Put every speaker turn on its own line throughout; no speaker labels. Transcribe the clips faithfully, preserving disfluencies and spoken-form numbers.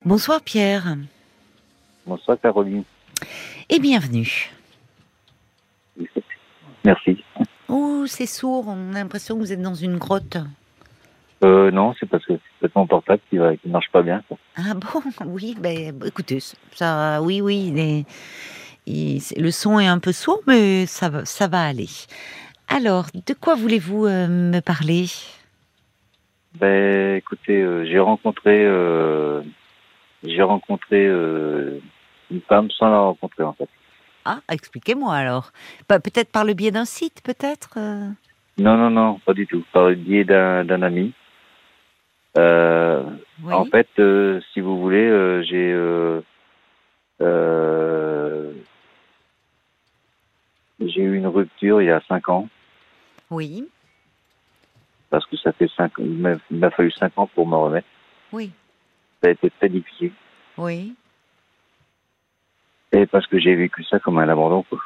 Bonsoir Pierre.
Bonsoir Caroline.
Et bienvenue.
Merci.
Oh, c'est sourd, on a l'impression que vous êtes dans une grotte.
Euh, non, c'est parce que c'est mon portable qui, va, qui marche pas bien. Quoi.
Ah bon, oui, ben écoutez, ça, oui, oui, il est, il- c'est- le son est un peu sourd, mais ça va, ça va aller. Alors, de quoi voulez-vous euh, me parler?
Ben, écoutez, euh, j'ai rencontré, euh, j'ai rencontré euh, une femme sans la rencontrer en fait.
Ah, expliquez-moi alors. Pe- peut-être par le biais d'un site, peut-être euh
Non, non, non, pas du tout. Par le biais d'un, d'un ami. Euh, en
Oui,
fait, euh, si vous voulez, euh, j'ai, euh, euh, j'ai eu une rupture il y a cinq ans
oui,
parce que ça fait cinq, il m'a, il m'a fallu cinq ans pour me remettre.
oui,
Ça a été très difficile
oui.
et parce que j'ai vécu ça comme un abandon. Quoi.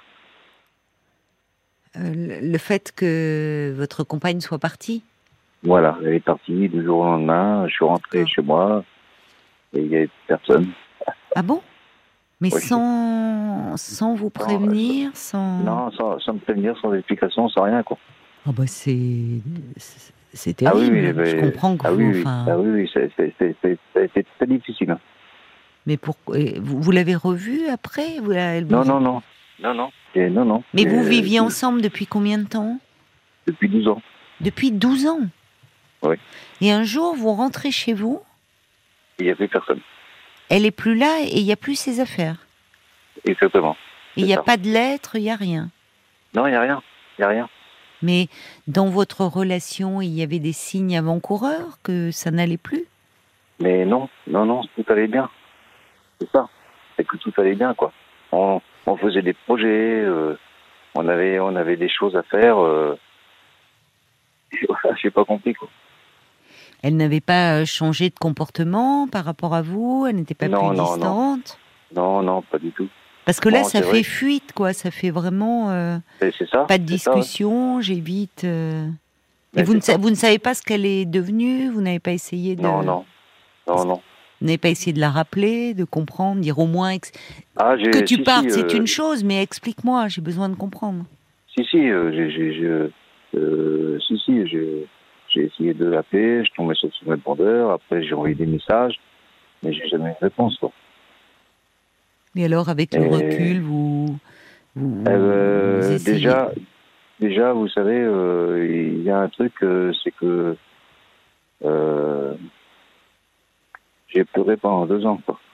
Euh, le le fait que votre compagne soit partie?
Voilà, elle est partie du jour au lendemain. Je suis rentré
D'accord.
chez moi et il y avait personne.
Ah bon? Mais
Oui.
sans, sans vous
Non, euh, sans,
prévenir, sans...
non, sans, sans me prévenir, sans explication, sans rien, quoi.
Oh bah c'est, c'est c'est
Ah oui, oui,
terrible. Je
mais-
comprends que
ah
vous,
oui, oui,
enfin...
ah oui, oui, c'est, c'est, c'est, c'est, c'est- c'est très difficile. Hein.
Mais pourquoi... Vous, vous l'avez revue après? Vous, la- elle
Non,
vous...
non, non, non, non, et non, non,
Mais vous
et,
viviez
de-
ensemble depuis combien de temps?
depuis douze ans.
Depuis douze ans.
Oui,
Et un jour, vous rentrez chez vous,
il n'y avait personne.
elle est plus là et il n'y a plus ses affaires.
Exactement,
Et il
c'est
n'y a
ça.
pas de lettres, il n'y a rien.
Non, il n'y a rien, il n'y a rien.
Mais dans votre relation, il y avait des signes avant-coureurs que ça n'allait plus?
Mais non, non, non, tout allait bien. C'est ça. C'est que tout allait bien, quoi. On, on faisait des projets, euh, on avait, on avait des choses à faire. Euh, et voilà, j'ai pas compris, quoi.
Elle n'avait pas euh, changé de comportement par rapport à vous? Elle n'était pas plus
Non, non, non,
distante?
non, non, pas du tout.
Parce que là,
Bon,
ça
c'est
fait
vrai.
fuite, quoi. Ça fait vraiment euh,
C'est c'est ça,
pas de
c'est ça, ouais.
discussion. J'évite. euh. Et
Ben,
vous ne,
c'est
sa-
ça.
vous ne savez pas ce qu'elle est devenue. Vous n'avez pas essayé
Non,
de.
non, non, non.
Vous n'avez pas essayé de la rappeler, de comprendre, dire au moins ex-
Ah,
que
j'ai,
tu
si, si,
partes, c'est
euh,
une chose, mais explique-moi. J'ai besoin de comprendre.
si, si, euh, j'ai, j'ai, j'ai, euh, si, si, j'ai, j'ai essayé de l'appeler, je tombais sur son répondeur, après j'ai envoyé des messages, mais j'ai jamais eu de réponse, quoi.
Et alors, avec le
Et,
recul, vous vous, vous
euh,
essayez.
déjà, déjà, vous savez, euh, il y a un truc, euh, c'est que euh, j'ai pleuré pendant deux ans, quoi.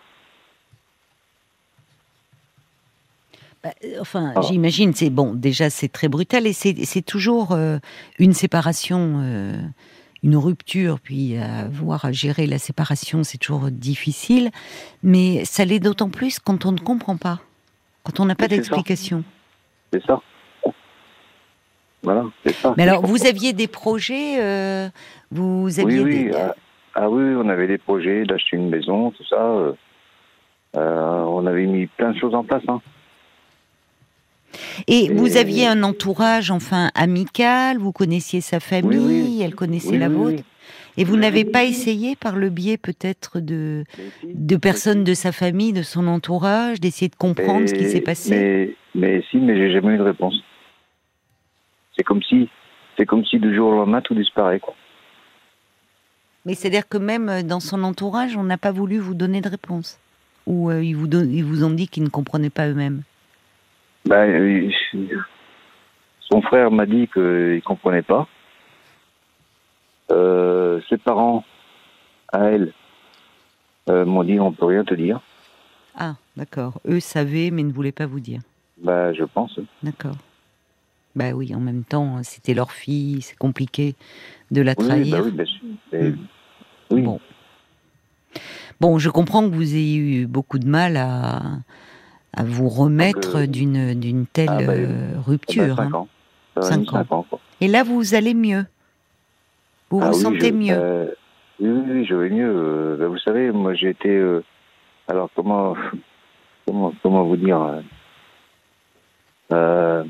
Bah, euh, enfin,
Ah,
j'imagine, c'est bon. Déjà, c'est très brutal et c'est c'est toujours euh, une séparation. euh, une rupture, puis avoir à gérer la séparation, c'est toujours difficile, mais ça l'est d'autant plus quand on ne comprend pas, quand on n'a pas
mais c'est ça,
d'explication.
c'est ça. Voilà, c'est ça
Mais
que je
alors, vous
comprends.
aviez des projets, euh, vous
Oui,
aviez des...
oui, ah, ah oui, oui, on avait des projets d'acheter une maison, tout ça. Euh, euh, on avait mis plein de choses en place, hein.
Et vous aviez
Et
un entourage, enfin, amical, vous connaissiez sa
oui, oui,
famille, elle connaissait
oui,
la
oui,
vôtre,
oui.
et vous
Oui,
n'avez
oui.
pas essayé, par le biais peut-être de,
Mais si,
de
mais
personnes
si.
de sa famille, de son entourage, d'essayer de comprendre ce qui s'est
Mais,
passé?
mais, mais si, mais j'ai jamais eu de réponse. C'est comme si, c'est comme si du jour au lendemain tout disparaît, quoi.
Mais c'est-à-dire que même euh, dans son entourage, on n'a pas voulu vous donner de réponse. Ou euh, ils, vous don- ils vous ont dit qu'ils ne comprenaient pas eux-mêmes.
Ben, euh, son frère m'a dit qu'il comprenait pas. Euh, ses parents, à elle, euh, m'ont dit on peut rien te dire.
Ah, d'accord. Eux savaient, mais ne voulaient pas vous dire.
Ben, je pense.
D'accord. Bah oui, en même temps, euh, c'était leur fille, c'est compliqué de la
Oui, oui, bah oui,
trahir.
bien sûr. Mais,
Hmm.
oui.
Bon. Bon, je comprends que vous ayez eu beaucoup de mal à, à vous
Donc,
remettre
euh,
d'une d'une telle
ah ben,
euh,
ah ben,
rupture.
cinq
Hein.
ans. Ça va mis
Cinq ans.
cinq ans, quoi.
Et là, vous allez mieux. Vous vous
Ah oui, je,
sentez mieux.
ben, oui, oui, oui, je vais mieux. Euh, ben, vous savez, moi, j'ai été, euh, alors, comment, comment, comment vous dire, euh, euh,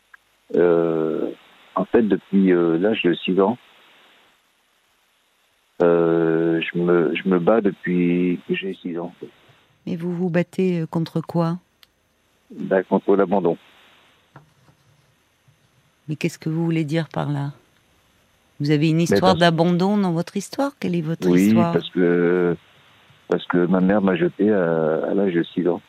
euh, en fait, depuis euh, l'âge de six ans, Euh, je me, je me bats depuis que j'ai six ans.
Mais vous vous battez euh, contre quoi?
Bah, contre l'abandon.
Mais qu'est-ce que vous voulez dire par là? Vous avez une
Mais
histoire
parce-
d'abandon dans votre histoire? Quelle est votre
oui,
histoire?
parce que, parce que ma mère m'a jeté à, à l'âge de six ans.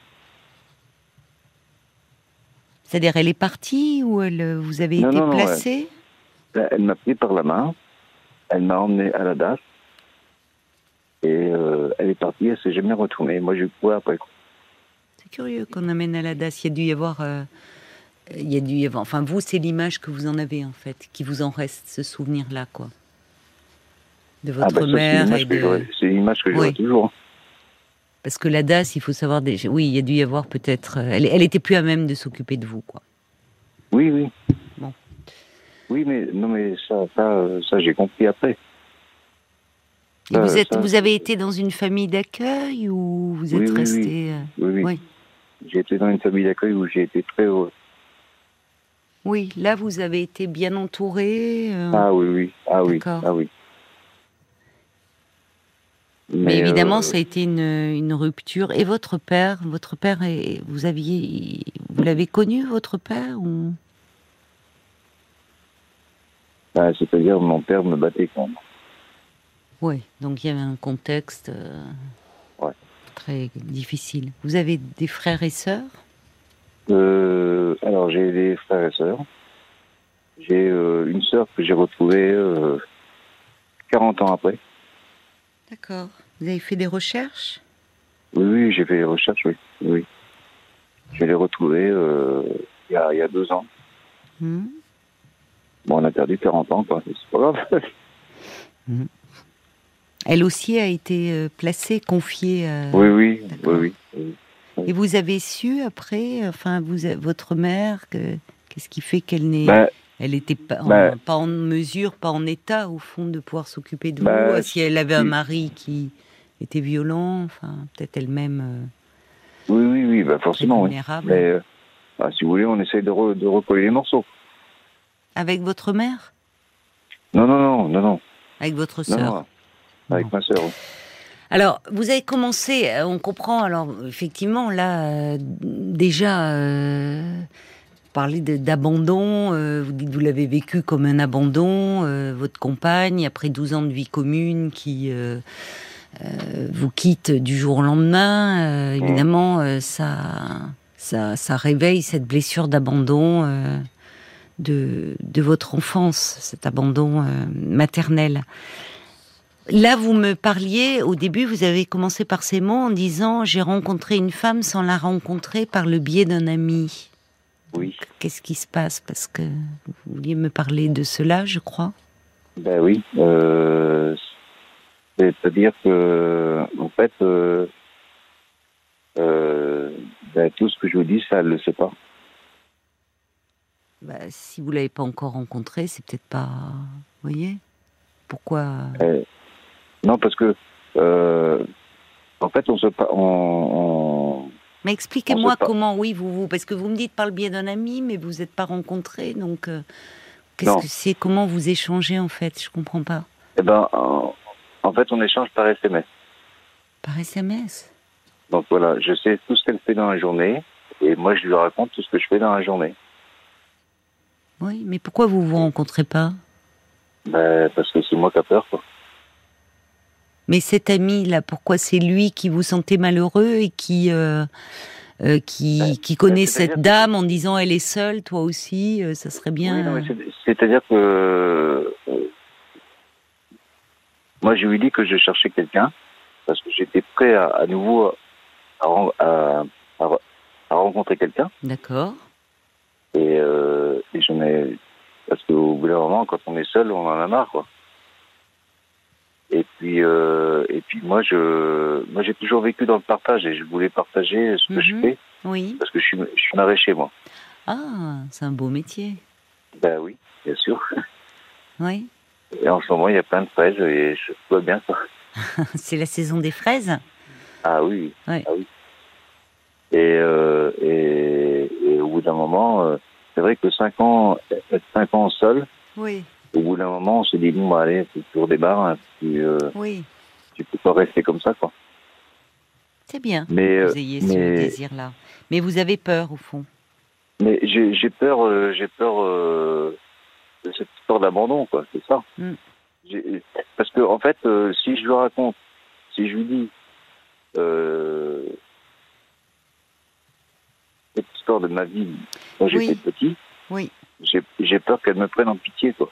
C'est-à-dire, elle est partie ou elle, euh, vous avez
Non,
été
non, non. Elle,
placé?
elle m'a pris par la main. Elle m'a emmené à la D A S. Et euh, elle est partie. Elle s'est jamais retournée. Moi, j'ai couru après.
C'est curieux qu'on amène à la D A S. Il y a dû y avoir... euh, il y a dû y avoir... Enfin, vous, c'est l'image que vous en avez, en fait, qui vous en reste, ce souvenir-là, quoi. De
Ah
votre
ben ça, c'est
mère et
l'image que
de...
j'aurais. C'est l'image que j'aurai
Oui.
toujours.
Parce que la D A S, il faut savoir... Déjà... Oui, il y a dû y avoir peut-être... euh, Elle, elle était plus à même de s'occuper de vous, quoi.
Oui, oui.
Bon.
Oui, mais non, mais ça, ça, euh, ça, j'ai compris après.
Et
Ça,
vous êtes,
ça,
vous avez été dans une famille d'accueil ou vous
oui,
êtes
oui, oui,
resté... euh,
oui, oui.
Oui.
J'ai été dans une famille d'accueil où j'ai été très heureux.
Oui, là, vous avez été bien entouré. euh,
Ah oui, oui, ah oui,
D'accord.
ah oui.
Mais
Mais
évidemment,
euh,
ça a été une, une rupture. Et votre père, votre père, est, vous aviez, vous l'avez connu, votre père ou...
bah, c'est-à-dire mon père me battait quand même.
Oui, donc il y avait un contexte euh,
Ouais.
très difficile. Vous avez des frères et sœurs?
Euh, alors j'ai des frères et sœurs. J'ai euh, une sœur que j'ai retrouvée euh, quarante ans après.
D'accord. Vous avez fait des recherches?
Oui, oui, j'ai fait des recherches, oui. Oui. Je l'ai retrouvée euh, il y, a, il y a deux ans.
Hmm.
Bon, on a perdu quarante ans, quoi. C'est pas grave.
Hmm. Elle aussi a été euh, placée, confiée. à-
Oui, oui, oui,
D'accord.
oui. oui.
Et vous avez su après, enfin, vous, votre mère, que, qu'est-ce qui fait qu'elle n'est,
Ben,
elle était pas
ben,
en, pas en mesure, pas en état, au fond, de pouvoir s'occuper de vous.
ben,
Si elle avait un
si-
mari qui était violent, enfin, peut-être elle-même euh,
oui, oui, oui, ben
très
forcément, oui.
vulnérable.
Mais euh, ben, si vous voulez, on essaye de, re- de recoller les morceaux.
Avec votre mère?
Non, non, non, non, non,
Avec votre
non,
sœur?
non, avec
Bon.
ma sœur. Oui.
Alors, vous avez commencé, euh, on comprend, alors, effectivement, là, euh, déjà, euh, parler de- d'abandon, euh, vous dites que vous l'avez vécu comme un abandon, euh, votre compagne, après douze ans de vie commune, qui euh, euh, vous quitte du jour au lendemain, euh,
Mmh.
évidemment, euh, ça, ça, ça réveille cette blessure d'abandon euh, de, de votre enfance, cet abandon euh, maternel. Là, vous me parliez, au début, vous avez commencé par ces mots en disant « J'ai rencontré une femme sans la rencontrer par le biais d'un ami ». Donc,
Oui.
qu'est-ce qui se passe? Parce que vous vouliez me parler de cela, je crois.
Ben oui. Euh, c'est-à-dire que, en fait, euh, euh, ben, tout ce que je vous dis, ça, elle le sait pas.
Bah, si vous l'avez pas encore rencontré, c'est peut-être pas... Vous voyez? Pourquoi?
Euh, non, parce que, euh, en fait, on se, pa- on, on,
Mais
on se
expliquez-moi
pa-
comment, oui, vous, vous... Parce que vous me dites par le biais d'un ami, mais vous n'êtes pas rencontrés, donc... euh, qu'est-ce
non.
que c'est? Comment vous échangez, en fait? Je comprends pas.
Eh ben, en, en fait, on échange par S M S.
Par S M S?
Donc voilà, je sais tout ce qu'elle fait dans la journée, et moi, je lui raconte tout ce que je fais dans la journée.
Oui, mais pourquoi vous vous rencontrez pas?
Ben, parce que c'est moi qui a peur, quoi.
Mais cet ami-là, pourquoi c'est lui qui vous sentez malheureux et qui, euh, euh, qui, qui connaît
Ben, c'est-à-dire
cette
que-
dame en disant elle est seule, toi aussi, euh, ça serait bien.
Oui, non, mais c'est- c'est-à-dire que euh, moi, je lui ai dit que je cherchais quelqu'un, parce que j'étais prêt à, à nouveau à, ren- à, à- à rencontrer quelqu'un,
D'accord.
et, euh, et je n'ai... Parce qu'au bout d'un moment, quand on est seul, on en a marre, quoi. Et puis, euh, et puis moi, je, moi, j'ai toujours vécu dans le partage et je voulais partager ce que je
Mhm.
fais
Oui.
parce que je suis, je suis maraîcher, moi.
Ah, c'est un beau métier.
Ben oui, bien sûr.
Oui.
Et en ce moment, il y a plein de fraises et je tout va bien, quoi.
C'est la saison des fraises.
Ah oui,
Ouais.
ah oui. Et, euh, et, et au bout d'un moment, euh, c'est vrai que cinq ans, être cinq ans seul,
Oui.
au bout d'un moment, on s'est dit, bon, bah, allez, c'est toujours des barres, hein, tu, euh,
Oui,
tu peux pas rester comme ça, quoi.
c'est bien
Mais,
que
euh,
vous ayez ce
mais,
désir-là. Mais vous avez peur, au fond.
mais j'ai, j'ai peur, euh, j'ai peur euh, de cette histoire d'abandon, quoi, c'est ça.
Mm.
J'ai- Parce que, en fait, euh, si je lui raconte, si je lui dis, euh, cette histoire de ma vie quand
Oui,
j'étais petit,
oui.
j'ai, j'ai peur qu'elle me prenne en pitié, quoi.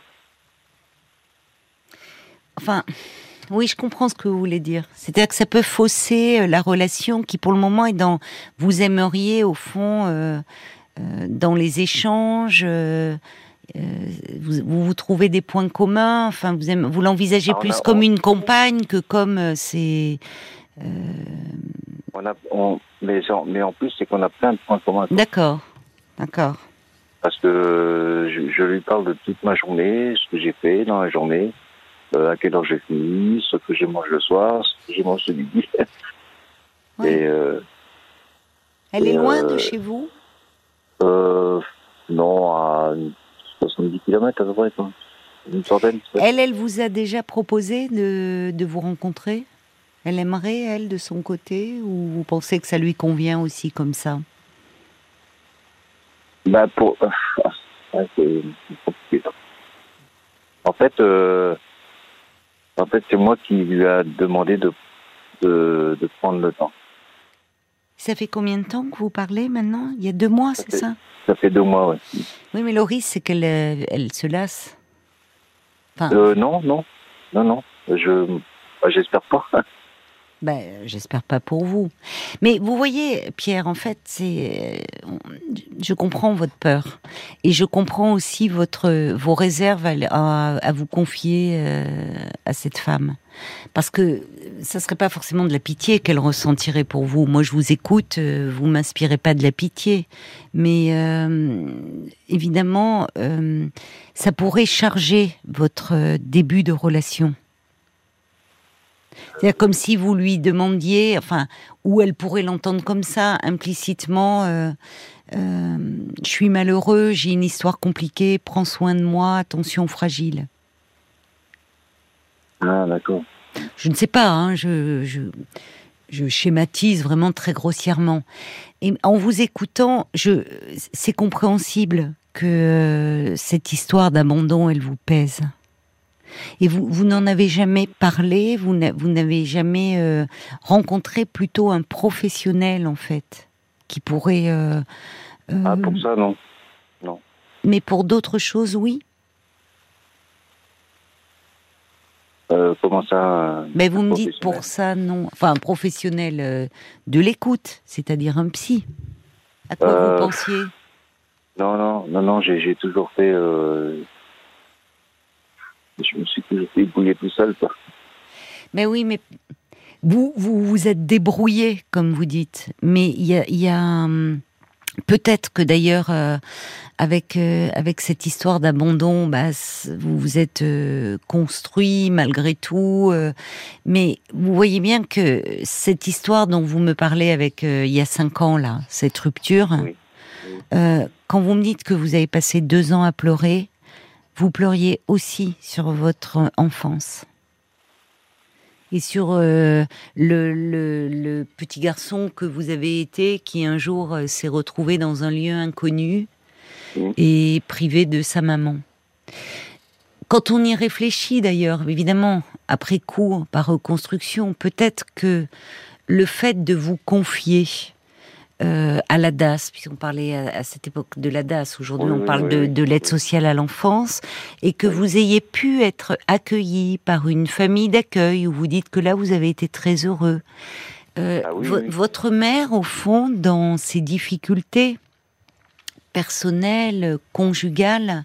Enfin, oui, je comprends ce que vous voulez dire. C'est-à-dire que ça peut fausser euh, la relation qui, pour le moment, est dans... Vous aimeriez, au fond, euh, euh, dans les échanges, euh, euh, vous, vous vous trouvez des points communs. Enfin, vous, aimez- vous l'envisagez
Ah, on
plus
a,
comme
on,
une compagne que comme euh, c'est... euh,
on a, on, mais, en- mais en plus, c'est qu'on a plein de points communs, quoi.
D'accord, d'accord.
Parce que euh, je, je lui parle de toute ma journée, ce que j'ai fait dans la journée, euh, à quelle heure j'ai fini, ce que je mange le soir, ce que je mange le midi.
Oui.
Et, euh,
Elle
et
est loin de
euh,
chez vous?
euh, non, à soixante-dix kilomètres à peu près, quoi. Une centaine, peut-être.
Elle, elle vous a déjà proposé de, de vous rencontrer? Elle aimerait, elle, de son côté, ou vous pensez que ça lui convient aussi comme ça?
Bah, pour... ah, ouais, c'est c'est compliqué, ça. En fait, euh, en fait, c'est moi qui lui a demandé de, de, de prendre le temps.
Ça fait combien de temps que vous parlez maintenant? Il y a deux mois,
Ça
c'est
fait,
ça?
ça fait deux mois, ouais.
Oui, mais le risque, c'est qu'elle euh, elle se lasse. Enfin,
Euh, non, non, non, non. Je, bah, j'espère pas.
ben, j'espère pas pour vous. Mais vous voyez, Pierre, en fait, c'est, euh, je comprends votre peur et je comprends aussi votre vos réserves à, à, à vous confier euh, à cette femme, parce que ça serait pas forcément de la pitié qu'elle ressentirait pour vous. Moi, je vous écoute, euh, vous m'inspirez pas de la pitié, mais euh, évidemment, euh, ça pourrait charger votre euh, début de relation. C'est-à-dire comme si vous lui demandiez, enfin, ou elle pourrait l'entendre comme ça, implicitement, euh, euh, je suis malheureux, j'ai une histoire compliquée, prends soin de moi, attention fragile.
Ah, d'accord.
Je ne sais pas, hein, je, je, je schématise vraiment très grossièrement. Et en vous écoutant, je, c'est compréhensible que euh, cette histoire d'abandon, elle vous pèse. Et vous, vous n'en avez jamais parlé, vous n'a- vous n'avez jamais euh, rencontré plutôt un professionnel en fait, qui pourrait. euh,
Ah,
euh,
pour ça, non. Non.
mais pour d'autres choses, oui.
Euh, comment ça euh,
Mais vous me dites
professionnel
pour ça non. Enfin, un professionnel euh, de l'écoute, c'est-à-dire un psy. À quoi vous
euh,
pensiez?
Non, non, non, non, j'ai, j'ai toujours fait... Euh, je me suis toujours fait débrouiller tout seul, quoi.
Mais oui, mais vous vous vous êtes débrouillé, comme vous dites. Mais il y a, il y a hum, peut-être que d'ailleurs. euh, Avec euh, avec cette histoire d'abandon, bah, c- vous vous êtes euh, construit malgré tout. euh, mais vous voyez bien que cette histoire dont vous me parlez avec euh, il y a cinq ans là, cette rupture,
Oui. Oui.
euh, quand vous me dites que vous avez passé deux ans à pleurer, vous pleuriez aussi sur votre enfance et sur euh, le, le le petit garçon que vous avez été, qui un jour euh, s'est retrouvé dans un lieu inconnu
Oui.
et privé de sa maman. Quand on y réfléchit d'ailleurs, évidemment, après coup, par reconstruction, peut-être que le fait de vous confier euh, à l'A D A S, puisqu'on parlait à, à cette époque de l'A D A S, aujourd'hui
Oui,
on
oui,
parle
oui,
de,
oui.
de l'aide sociale à l'enfance, et que
Oui.
vous ayez pu être accueilli par une famille d'accueil, où vous dites que là vous avez été très heureux. Euh,
Ah oui,
vo-
oui.
votre mère, au fond, dans ses difficultés personnelles, conjugales,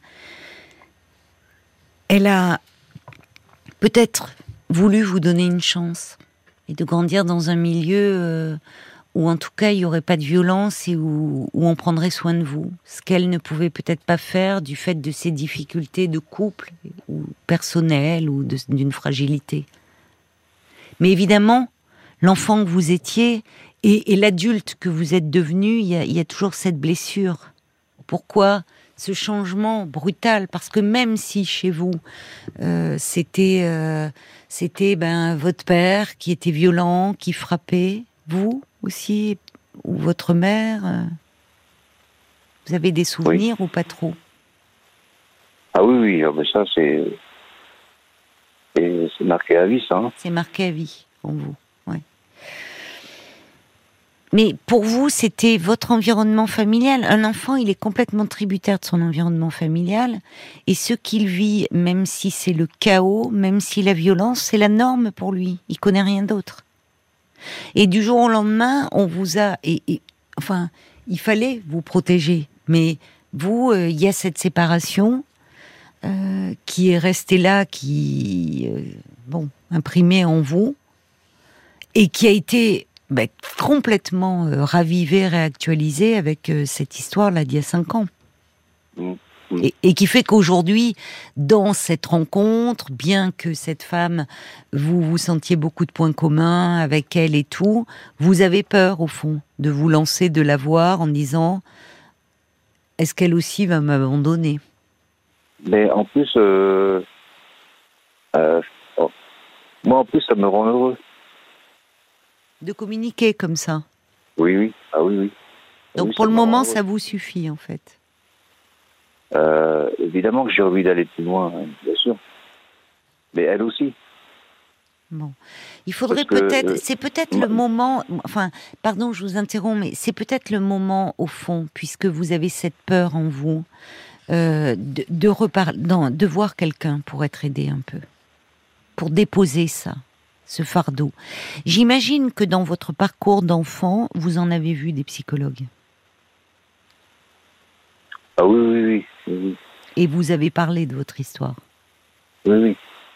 elle a peut-être voulu vous donner une chance et de grandir dans un milieu euh, où en tout cas il n'y aurait pas de violence et où, où on prendrait soin de vous. Ce qu'elle ne pouvait peut-être pas faire du fait de ses difficultés de couple ou personnelles ou de- d'une fragilité. Mais évidemment, l'enfant que vous étiez et, et l'adulte que vous êtes devenu, il y a, il y a toujours cette blessure. Pourquoi ce changement brutal, parce que même si chez vous, euh, c'était, euh, c'était ben, votre père qui était violent, qui frappait, vous aussi, ou votre mère, euh, vous avez des souvenirs oui. ou pas trop?
Ah oui, oui, ah ben ça c'est, c'est, c'est marqué à vie, ça. Hein.
C'est marqué à vie, pour vous, oui. Mais pour vous, c'était votre environnement familial. Un enfant, il est complètement tributaire de son environnement familial. Et ce qu'il vit, même si c'est le chaos, même si la violence, c'est la norme pour lui. Il connaît rien d'autre. Et du jour au lendemain, on vous a... Et, et, enfin, il fallait vous protéger. Mais vous, il euh, y a cette séparation euh, qui est restée là, qui... Euh, bon, imprimée en vous. Et qui a été... Ben, complètement euh, ravivé, réactualisé avec euh, cette histoire-là d'il y a cinq ans.
Mmh. Mmh.
Et, et qui fait qu'aujourd'hui, dans cette rencontre, bien que cette femme, vous vous sentiez beaucoup de points communs avec elle et tout, vous avez peur, au fond, de vous lancer, de la voir en disant « Est-ce qu'elle aussi va m'abandonner ?»
Mais en plus, euh, euh, oh, moi en plus, ça me rend heureux.
De communiquer comme ça.
Oui, oui. Ah oui, oui.
Donc
oui,
pour le moment,
heureux.
ça vous suffit en fait.
Euh, évidemment que j'ai envie d'aller plus loin, hein, bien sûr. Mais elle aussi.
Bon, il faudrait
Parce que,
peut-être.
euh,
c'est peut-être
moi-
le moment. Enfin, pardon, je vous interromps, mais c'est peut-être le moment au fond, puisque vous avez cette peur en vous, euh, de de, repar- non, de voir quelqu'un pour être aidé un peu, pour déposer ça. Ce fardeau. J'imagine que dans votre parcours d'enfant, vous en avez vu des psychologues.
Ah oui, oui, oui. oui, oui.
Et vous avez parlé de votre histoire.
Oui, oui.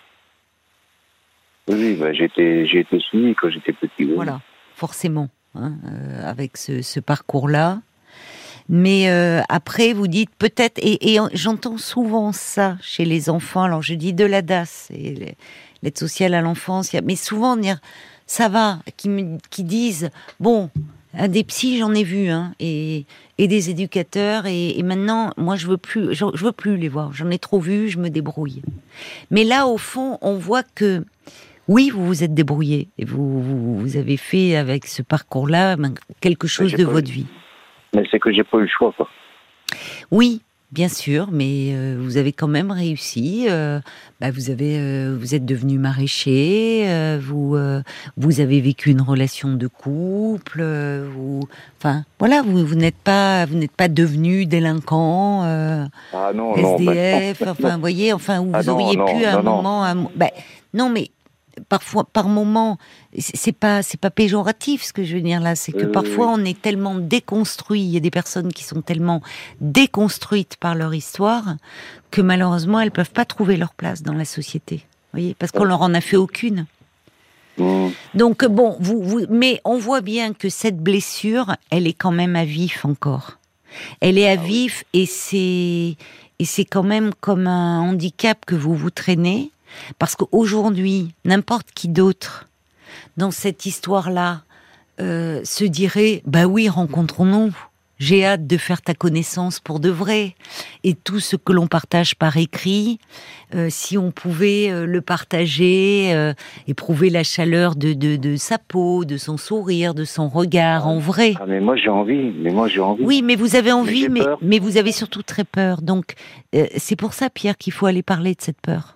Oui, oui, bah, j'ai été, j'ai été suivi quand j'étais petit. Oui.
Voilà, forcément, hein, euh, avec ce, ce parcours-là. Mais euh, après, vous dites peut-être, et, et j'entends souvent ça chez les enfants. Alors je dis de l'A D A S, et l'aide sociale à l'enfance, mais souvent dire ça va, qui me, qui disent bon, des psys j'en ai vu, hein, et, et des éducateurs, et, et maintenant moi je veux plus, je, je veux plus les voir. J'en ai trop vu, je me débrouille. Mais là au fond, on voit que oui, vous vous êtes débrouillé et vous, vous, vous avez fait avec ce parcours-là quelque chose de votre vie.
Mais c'est que j'ai pas eu le choix, quoi.
Oui, bien sûr, mais euh, vous avez quand même réussi. Euh, bah, vous avez, euh, vous êtes devenu maraîcher. Euh, vous, euh, vous avez vécu une relation de couple. Euh, vous, enfin, voilà, vous, vous n'êtes pas, vous n'êtes pas devenu délinquant, euh,
Ah non,
S D F.
non, bah,
enfin, vous voyez, enfin, où
Ah
vous
non,
auriez
non,
pu à un
non, non.
moment, à un mo- bah, non, mais parfois, par moment, c'est pas, c'est pas péjoratif ce que je veux dire là, c'est que
Oui,
parfois
oui,
on est tellement déconstruit, il y a des personnes qui sont tellement déconstruites par leur histoire que malheureusement elles peuvent pas trouver leur place dans la société, vous voyez, parce qu'on leur en a fait aucune.
Mmh.
Donc bon, vous, vous, mais on voit bien que cette blessure, elle est quand même à vif encore. Elle est à vif et c'est, et c'est quand même comme un handicap que vous vous traînez. Parce qu'aujourd'hui, n'importe qui d'autre, dans cette histoire-là, euh, se dirait « Bah oui, rencontrons-nous, j'ai hâte de faire ta connaissance pour de vrai. » Et tout ce que l'on partage par écrit, euh, si on pouvait euh, le partager, euh, éprouver la chaleur de, de, de sa peau, de son sourire, de son regard, en vrai.
Ah, mais moi j'ai envie, mais moi j'ai envie.
Oui, mais vous avez envie,
Mais j'ai
mais,
peur.
mais vous avez surtout très peur. Donc, euh, c'est pour ça, Pierre, qu'il faut aller parler de cette peur.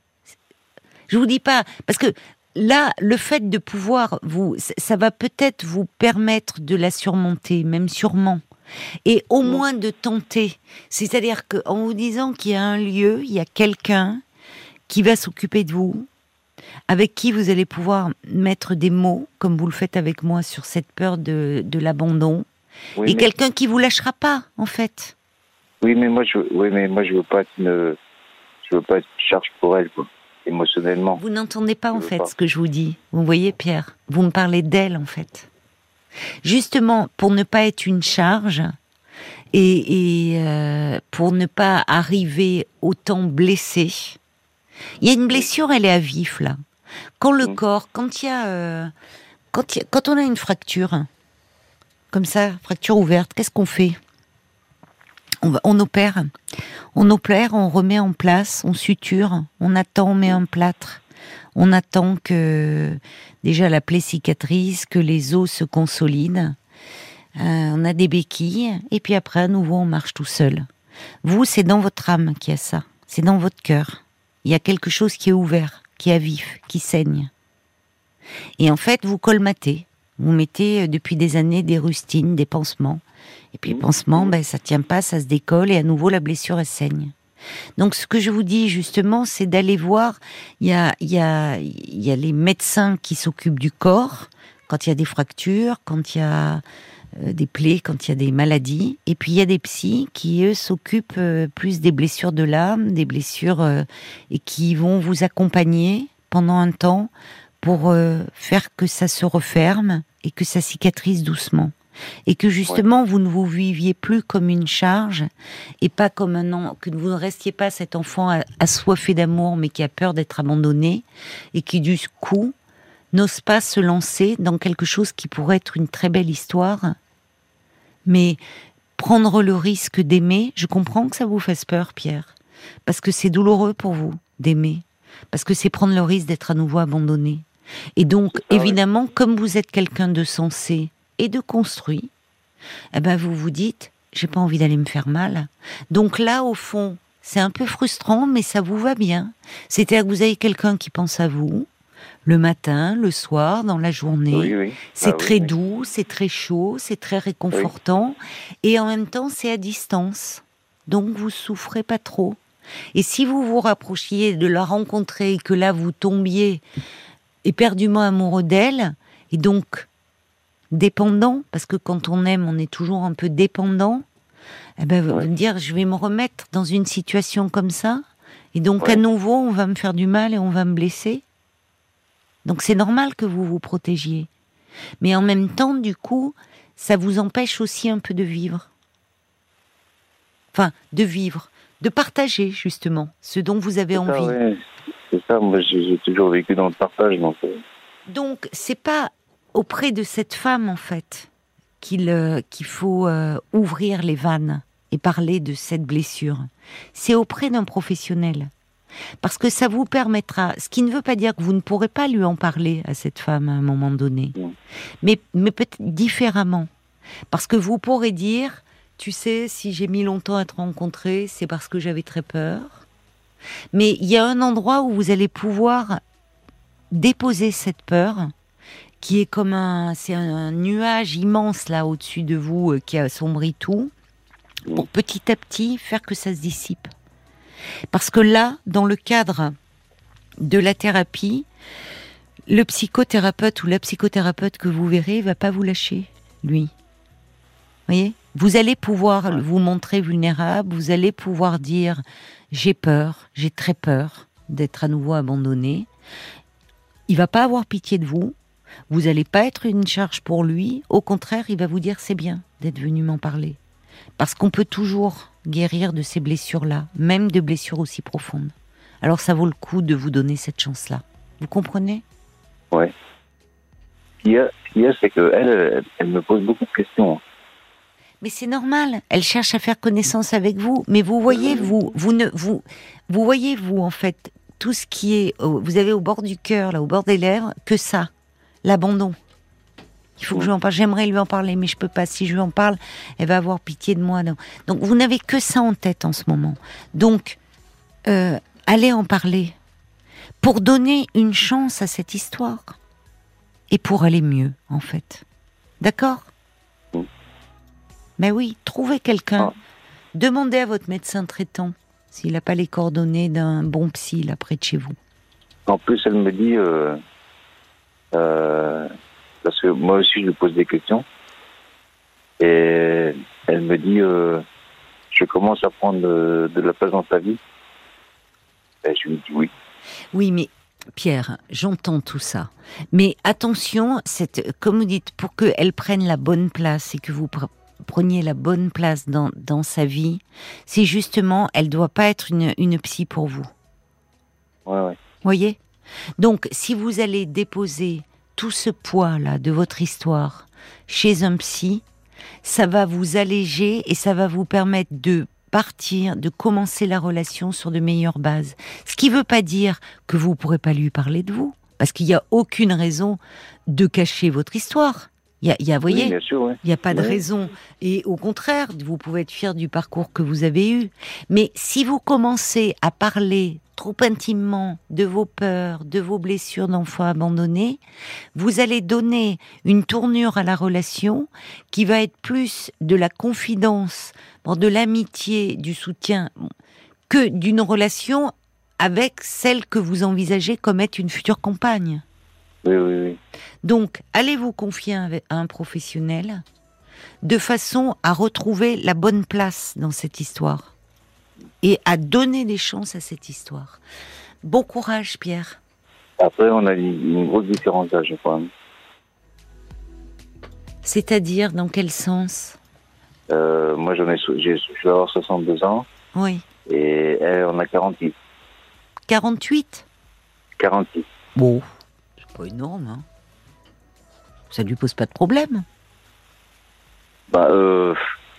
Je vous dis pas, parce que là, le fait de pouvoir vous, ça va peut-être vous permettre de la surmonter, même sûrement, et au
Mmh.
moins de tenter. C'est-à-dire qu'en vous disant qu'il y a un lieu, il y a quelqu'un qui va s'occuper de vous, avec qui vous allez pouvoir mettre des mots, comme vous le faites avec moi, sur cette peur de, de l'abandon,
Oui,
et
mais,
quelqu'un qui vous lâchera pas, en fait.
oui, mais moi je, oui, mais moi je veux pas être une, je veux pas être une charge pour elle, quoi, émotionnellement.
Vous n'entendez pas, en
Je veux
fait,
pas.
ce que je vous dis. Vous voyez, Pierre, vous me parlez d'elle, en fait. Justement, pour ne pas être une charge, et, et euh, pour ne pas arriver autant blessé. Il y a une blessure, elle est à vif, là. Quand le
Mm.
corps, quand il y a... Euh, quand, il y a quand on a une fracture, comme ça, fracture ouverte, qu'est-ce qu'on fait ? On, va, on opère, on opère, on remet en place, on suture, on attend, on met un plâtre, on attend que déjà la plaie cicatrise, que les os se consolident, euh, on a des béquilles, et puis après à nouveau on marche tout seul. Vous, c'est dans votre âme qu'il y a ça, c'est dans votre cœur. Il y a quelque chose qui est ouvert, qui est vif, qui saigne. Et en fait, vous colmatez, vous mettez depuis des années des rustines, des pansements. Et puis le pansement, ben, ça tient pas, ça se décolle et à nouveau la blessure elle saigne. Donc ce que je vous dis justement, c'est d'aller voir. Il y a, il y a, il y a les médecins qui s'occupent du corps quand il y a des fractures, quand il y a euh, des plaies, quand il y a des maladies. Et puis il y a des psys qui eux s'occupent euh, plus des blessures de l'âme, des blessures euh, et qui vont vous accompagner pendant un temps pour euh, faire que ça se referme et que ça cicatrise doucement. Et que justement, ouais. vous ne vous viviez plus comme une charge, et pas comme un an, que vous ne restiez pas cet enfant assoiffé d'amour, mais qui a peur d'être abandonné, et qui du coup n'ose pas se lancer dans quelque chose qui pourrait être une très belle histoire, mais prendre le risque d'aimer. Je comprends que ça vous fasse peur, Pierre, parce que c'est douloureux pour vous d'aimer, parce que c'est prendre le risque d'être à nouveau abandonné. Et donc, ah, évidemment, ouais. comme vous êtes quelqu'un de sensé et de construit, eh ben vous vous dites, j'ai pas envie d'aller me faire mal. Donc là, au fond, c'est un peu frustrant, mais ça vous va bien. C'est-à-dire que vous avez quelqu'un qui pense à vous, le matin, le soir, dans la journée.
Oui, oui.
C'est
ah,
très
oui, oui.
doux, c'est très chaud, c'est très réconfortant. Oui. Et en même temps, c'est à distance. Donc vous souffrez pas trop. Et si vous vous rapprochiez de la rencontrer et que là, vous tombiez éperdument amoureux d'elle, et donc dépendant, parce que quand on aime, on est toujours un peu dépendant, eh ben, ouais. dire, je vais me remettre dans une situation comme ça, et donc ouais. à nouveau, on va me faire du mal et on va me blesser. Donc c'est normal que vous vous protégiez. Mais en même temps, du coup, ça vous empêche aussi un peu de vivre. Enfin, de vivre, de partager, justement, ce dont vous avez
c'est
envie.
Ça, ouais. C'est ça, moi j'ai, j'ai toujours vécu dans le partage. Donc, euh...
donc c'est pas auprès de cette femme, en fait, qu'il, euh, qu'il faut euh, ouvrir les vannes et parler de cette blessure. C'est auprès d'un professionnel. Parce que ça vous permettra, ce qui ne veut pas dire que vous ne pourrez pas lui en parler à cette femme à un moment donné, mmh. mais, mais peut-être différemment. Parce que vous pourrez dire, tu sais, si j'ai mis longtemps à te rencontrer, c'est parce que j'avais très peur. Mais il y a un endroit où vous allez pouvoir déposer cette peur, qui est comme un, c'est un nuage immense là au-dessus de vous euh, qui assombrit tout, pour petit à petit faire que ça se dissipe. Parce que là, dans le cadre de la thérapie, le psychothérapeute ou la psychothérapeute que vous verrez va pas vous lâcher, lui. Vous voyez ? Vous allez pouvoir vous montrer vulnérable, vous allez pouvoir dire « j'ai peur, j'ai très peur d'être à nouveau abandonné ». Il va pas avoir pitié de vous, vous n'allez pas être une charge pour lui, au contraire, il va vous dire « c'est bien d'être venu m'en parler ». Parce qu'on peut toujours guérir de ces blessures-là, même de blessures aussi profondes. Alors ça vaut le coup de vous donner cette chance-là. Vous comprenez ?
Ouais. Ce qu'il y a, ce qu'il y a c'est qu'elle, elle, elle me pose beaucoup de questions.
Mais c'est normal, elle cherche à faire connaissance avec vous. Mais vous voyez, vous, vous ne, vous, vous voyez, vous, en fait, tout ce qui est, vous avez au bord du cœur, là, au bord des lèvres, que ça, l'abandon. Il faut que je lui en parle. J'aimerais lui en parler, mais je peux pas. Si je lui en parle, elle va avoir pitié de moi. Donc, vous n'avez que ça en tête en ce moment. Donc, euh, allez en parler pour donner une chance à cette histoire et pour aller mieux, en fait. D'accord ? Mais oui, trouvez quelqu'un. Demandez à votre médecin traitant s'il n'a pas les coordonnées d'un bon psy là près de chez vous.
En plus, elle me dit. Euh, euh, Parce que moi aussi, je lui pose des questions. Et elle me dit, euh, je commence à prendre de, de la place dans ta vie. Et je lui dis oui.
Oui, mais Pierre, j'entends tout ça. Mais attention, cette, comme vous dites, pour qu'elle prenne la bonne place et que vous pr- preniez la bonne place dans, dans sa vie, c'est justement, elle ne doit pas être une, une psy pour vous.
Ouais, ouais.
Vous voyez ? Donc, si vous allez déposer tout ce poids-là de votre histoire chez un psy, ça va vous alléger et ça va vous permettre de partir, de commencer la relation sur de meilleures bases. Ce qui ne veut pas dire que vous ne pourrez pas lui parler de vous, parce qu'il n'y a aucune raison de cacher votre histoire. Il y a, il y a, vous voyez,
oui, bien sûr, ouais.
il n'y a pas de
ouais.
raison. Et au contraire, vous pouvez être fier du parcours que vous avez eu. Mais si vous commencez à parler trop intimement de vos peurs, de vos blessures d'enfants abandonnés, vous allez donner une tournure à la relation qui va être plus de la confidence, de l'amitié, du soutien, que d'une relation avec celle que vous envisagez comme être une future compagne.
Oui, oui, oui.
Donc, allez vous confier à un professionnel de façon à retrouver la bonne place dans cette histoire et à donner des chances à cette histoire. Bon courage, Pierre.
Après, on a une grosse différence d'âge, je crois.
C'est-à-dire, dans quel sens ?
euh, Moi, j'en ai, j'ai, je vais avoir soixante-deux ans.
Oui.
Et elle, on a quarante-huit.
quarante-huit ?
quarante-huit.
Bon. Pas énorme, hein. Ça lui pose pas de problème.
Bah, euh,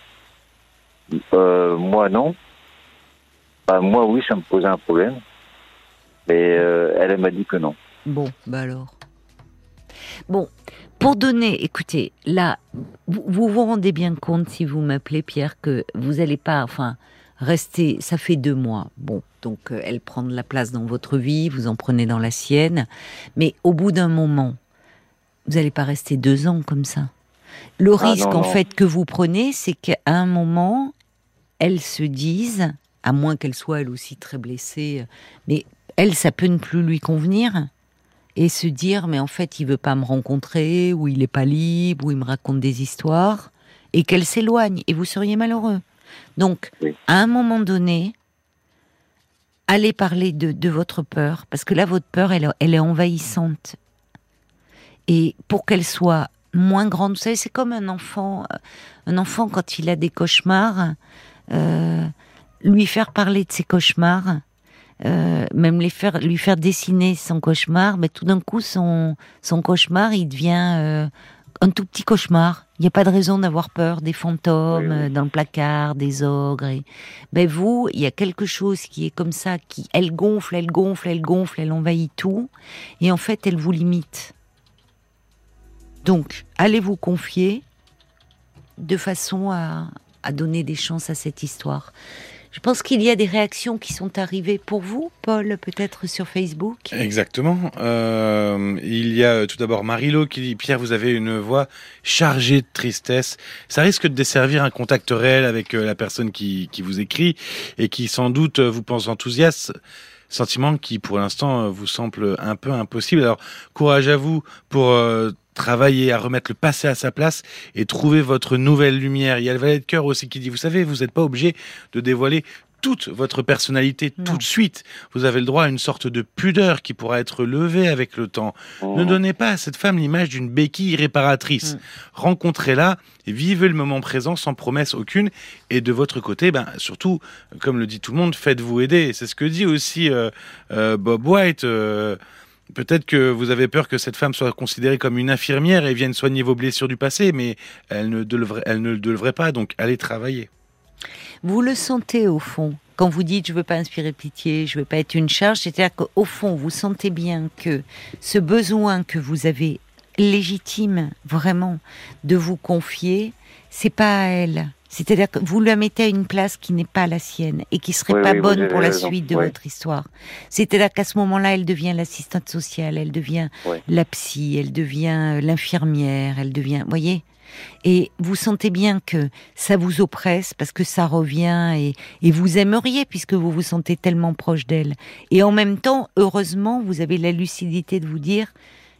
euh, moi non. Bah, moi oui, ça me posait un problème. Mais euh, elle, elle m'a dit que non.
Bon, bah alors. Bon, pour donner, écoutez, là, vous vous, vous rendez bien compte, si vous m'appelez Pierre, que vous n'allez pas, enfin, rester, ça fait deux mois. Bon, donc euh, elle prend de la place dans votre vie, vous en prenez dans la sienne. Mais au bout d'un moment, vous n'allez pas rester deux ans comme ça. Le
Ah,
risque,
non,
en
non.
fait, que vous prenez, c'est qu'à un moment, elles se disent, à moins qu'elle soit elle aussi très blessée, mais elle, ça peut ne plus lui convenir, et se dire, mais en fait, il veut pas me rencontrer, ou il est pas libre, ou il me raconte des histoires, et qu'elle s'éloigne, et vous seriez malheureux. Donc,
Oui.
à un moment donné, allez parler de, de votre peur, parce que là, votre peur, elle, elle est envahissante. Et pour qu'elle soit moins grande, vous savez, c'est comme un enfant, un enfant quand il a des cauchemars, euh, lui faire parler de ses cauchemars, euh, même les faire, lui faire dessiner son cauchemar, ben, tout d'un coup, son, son cauchemar, il devient euh, un tout petit cauchemar. Il n'y a pas de raison d'avoir peur des fantômes
Oui, oui.
euh, dans le placard, des ogres. Et... Ben vous, il y a quelque chose qui est comme ça, qui elle gonfle, elle gonfle, elle gonfle, elle envahit tout, et en fait, elle vous limite. Donc, allez vous confier de façon à, à donner des chances à cette histoire. Je pense qu'il y a des réactions qui sont arrivées pour vous, Paul, peut-être sur Facebook.
Exactement. Euh, il y a tout d'abord Marilo qui dit « Pierre, vous avez une voix chargée de tristesse. Ça risque de desservir un contact réel avec la personne qui, qui vous écrit et qui sans doute vous pense enthousiaste. Sentiment qui, pour l'instant, vous semble un peu impossible. Alors, courage à vous pour... Euh, travailler à remettre le passé à sa place et trouver votre nouvelle lumière. Il y a le valet de cœur aussi qui dit, vous savez, vous n'êtes pas obligé de dévoiler toute votre personnalité
Non.
tout de suite. Vous avez le droit à une sorte de pudeur qui pourra être levée avec le temps.
Mmh.
Ne donnez pas à cette femme l'image d'une béquille réparatrice.
Mmh.
Rencontrez-la, et vivez le moment présent sans promesse aucune. Et de votre côté, ben, surtout, comme le dit tout le monde, faites-vous aider. C'est ce que dit aussi euh, euh, Bob White. Euh, Peut-être que vous avez peur que cette femme soit considérée comme une infirmière et vienne soigner vos blessures du passé, mais elle ne devrait, elle ne le devrait pas, donc allez travailler.
Vous le sentez au fond, quand vous dites « je veux pas inspirer pitié, je veux pas être une charge », c'est-à-dire qu'au fond, vous sentez bien que ce besoin que vous avez légitime, vraiment, de vous confier, c'est pas à elle. C'est-à-dire que vous la mettez à une place qui n'est pas la sienne et qui serait
Oui,
pas
oui,
bonne
vous
pour la
avez raison.
suite de
Oui.
votre histoire. C'est-à-dire qu'à ce moment-là, elle devient l'assistante sociale, elle devient
Oui.
la psy, elle devient l'infirmière, elle devient, voyez. Et vous sentez bien que ça vous oppresse parce que ça revient et, et vous aimeriez puisque vous vous sentez tellement proche d'elle. Et en même temps, heureusement, vous avez la lucidité de vous dire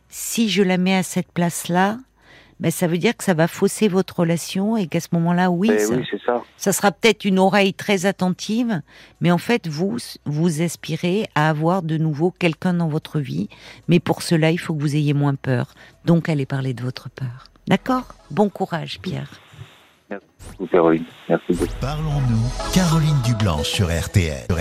si je la mets à cette place-là, ben ça veut dire que ça va fausser votre relation et qu'à ce moment-là, oui,
Eh
ça,
oui, c'est ça.
ça sera peut-être une oreille très attentive, mais en fait, vous, vous aspirez à avoir de nouveau quelqu'un dans votre vie. Mais pour cela, il faut que vous ayez moins peur. Donc, allez parler de votre peur. D'accord ? Bon courage, Pierre.
Merci beaucoup, Caroline. Merci beaucoup.
Parlons-nous, Caroline Dublanche sur R T L.